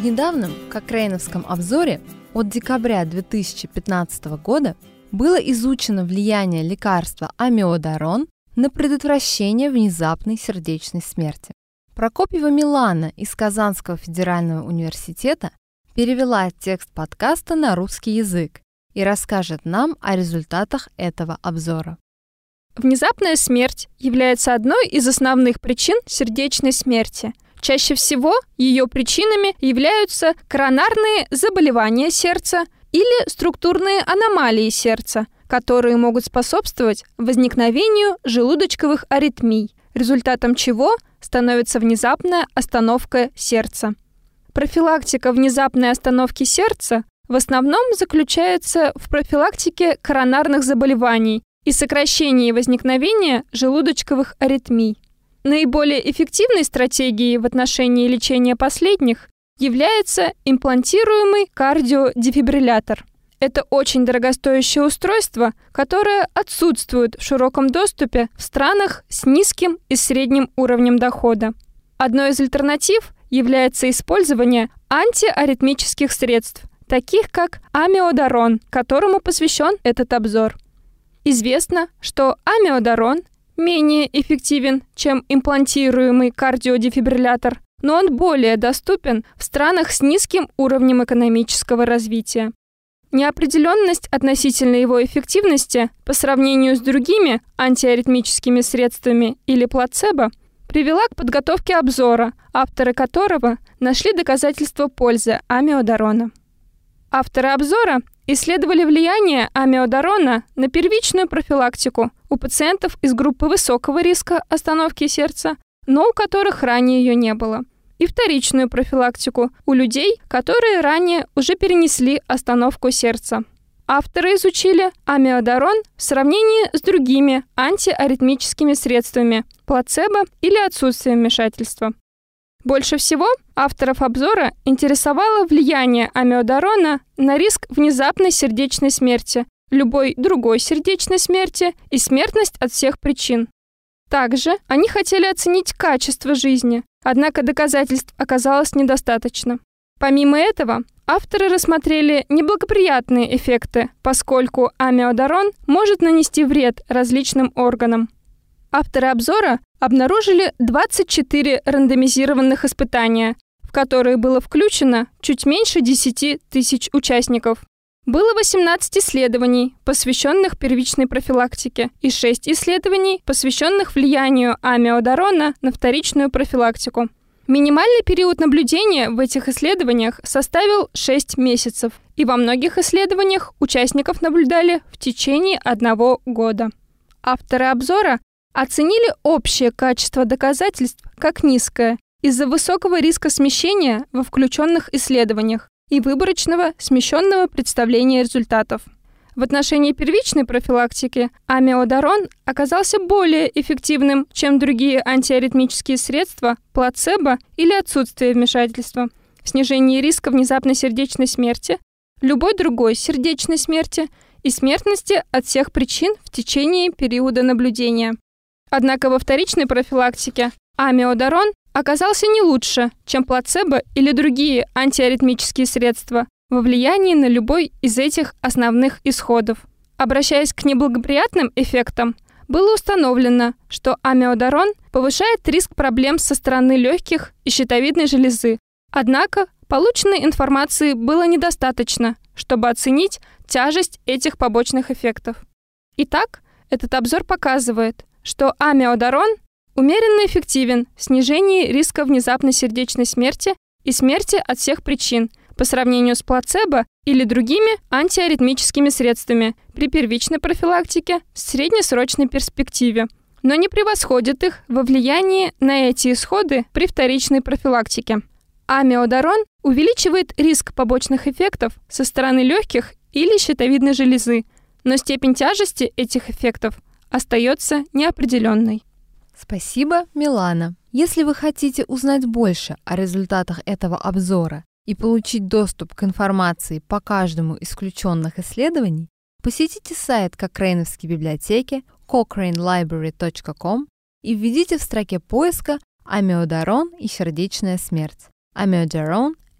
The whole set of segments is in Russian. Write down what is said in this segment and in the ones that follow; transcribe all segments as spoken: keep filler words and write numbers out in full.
недавнем Кокрейновском обзоре от декабря две тысячи пятнадцатого года было изучено влияние лекарства амиодарон на предотвращение внезапной сердечной смерти. Прокопьева Милана из Казанского федерального университета перевела текст подкаста на русский язык и расскажет нам о результатах этого обзора. Внезапная смерть является одной из основных причин сердечной смерти. Чаще всего ее причинами являются коронарные заболевания сердца или структурные аномалии сердца, которые могут способствовать возникновению желудочковых аритмий, результатом чего становится внезапная остановка сердца. Профилактика внезапной остановки сердца в основном заключается в профилактике коронарных заболеваний и сокращении возникновения желудочковых аритмий. Наиболее эффективной стратегией в отношении лечения последних является имплантируемый кардиодефибриллятор. Это очень дорогостоящее устройство, которое отсутствует в широком доступе в странах с низким и средним уровнем дохода. Одной из альтернатив является использование антиаритмических средств, таких как амиодарон, которому посвящен этот обзор. Известно, что амиодарон менее эффективен, чем имплантируемый кардиодефибриллятор, но он более доступен в странах с низким уровнем экономического развития. Неопределенность относительно его эффективности по сравнению с другими антиаритмическими средствами или плацебо привела к подготовке обзора, авторы которого нашли доказательства пользы амиодарона. Авторы обзора исследовали влияние амиодарона на первичную профилактику у пациентов из группы высокого риска остановки сердца, но у которых ранее ее не было, и вторичную профилактику у людей, которые ранее уже перенесли остановку сердца. Авторы изучили амиодарон в сравнении с другими антиаритмическими средствами, плацебо или отсутствием вмешательства. Больше всего авторов обзора интересовало влияние амиодарона на риск внезапной сердечной смерти, любой другой сердечной смерти и смертность от всех причин. Также они хотели оценить качество жизни, однако доказательств оказалось недостаточно. Помимо этого, авторы рассмотрели неблагоприятные эффекты, поскольку амиодарон может нанести вред различным органам. Авторы обзора обнаружили двадцать четыре рандомизированных испытания, в которые было включено чуть меньше десять тысяч участников. Было восемнадцать исследований, посвященных первичной профилактике, и шесть исследований, посвященных влиянию амиодарона на вторичную профилактику. Минимальный период наблюдения в этих исследованиях составил шесть месяцев, и во многих исследованиях участников наблюдали в течение одного года. Авторы обзора оценили общее качество доказательств как низкое из-за высокого риска смещения во включенных исследованиях и выборочного смещенного представления результатов. В отношении первичной профилактики амиодарон оказался более эффективным, чем другие антиаритмические средства, плацебо или отсутствие вмешательства, в снижении риска внезапной сердечной смерти, любой другой сердечной смерти и смертности от всех причин в течение периода наблюдения. Однако во вторичной профилактике амиодарон оказался не лучше, чем плацебо или другие антиаритмические средства во влиянии на любой из этих основных исходов. Обращаясь к неблагоприятным эффектам, было установлено, что амиодарон повышает риск проблем со стороны легких и щитовидной железы. Однако полученной информации было недостаточно, чтобы оценить тяжесть этих побочных эффектов. Итак, этот обзор показывает, что амиодарон умеренно эффективен в снижении риска внезапной сердечной смерти и смерти от всех причин по сравнению с плацебо или другими антиаритмическими средствами при первичной профилактике в среднесрочной перспективе, но не превосходит их во влиянии на эти исходы при вторичной профилактике. Амиодарон увеличивает риск побочных эффектов со стороны легких или щитовидной железы, но степень тяжести этих эффектов остается неопределенной. Спасибо, Милана. Если вы хотите узнать больше о результатах этого обзора и получить доступ к информации по каждому из включенных исследований, посетите сайт Кокрейновской библиотеки кокрейн лайбрери точка ком и введите в строке поиска «Амиодарон и сердечная смерть» Amiodarone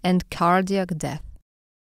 and cardiac death.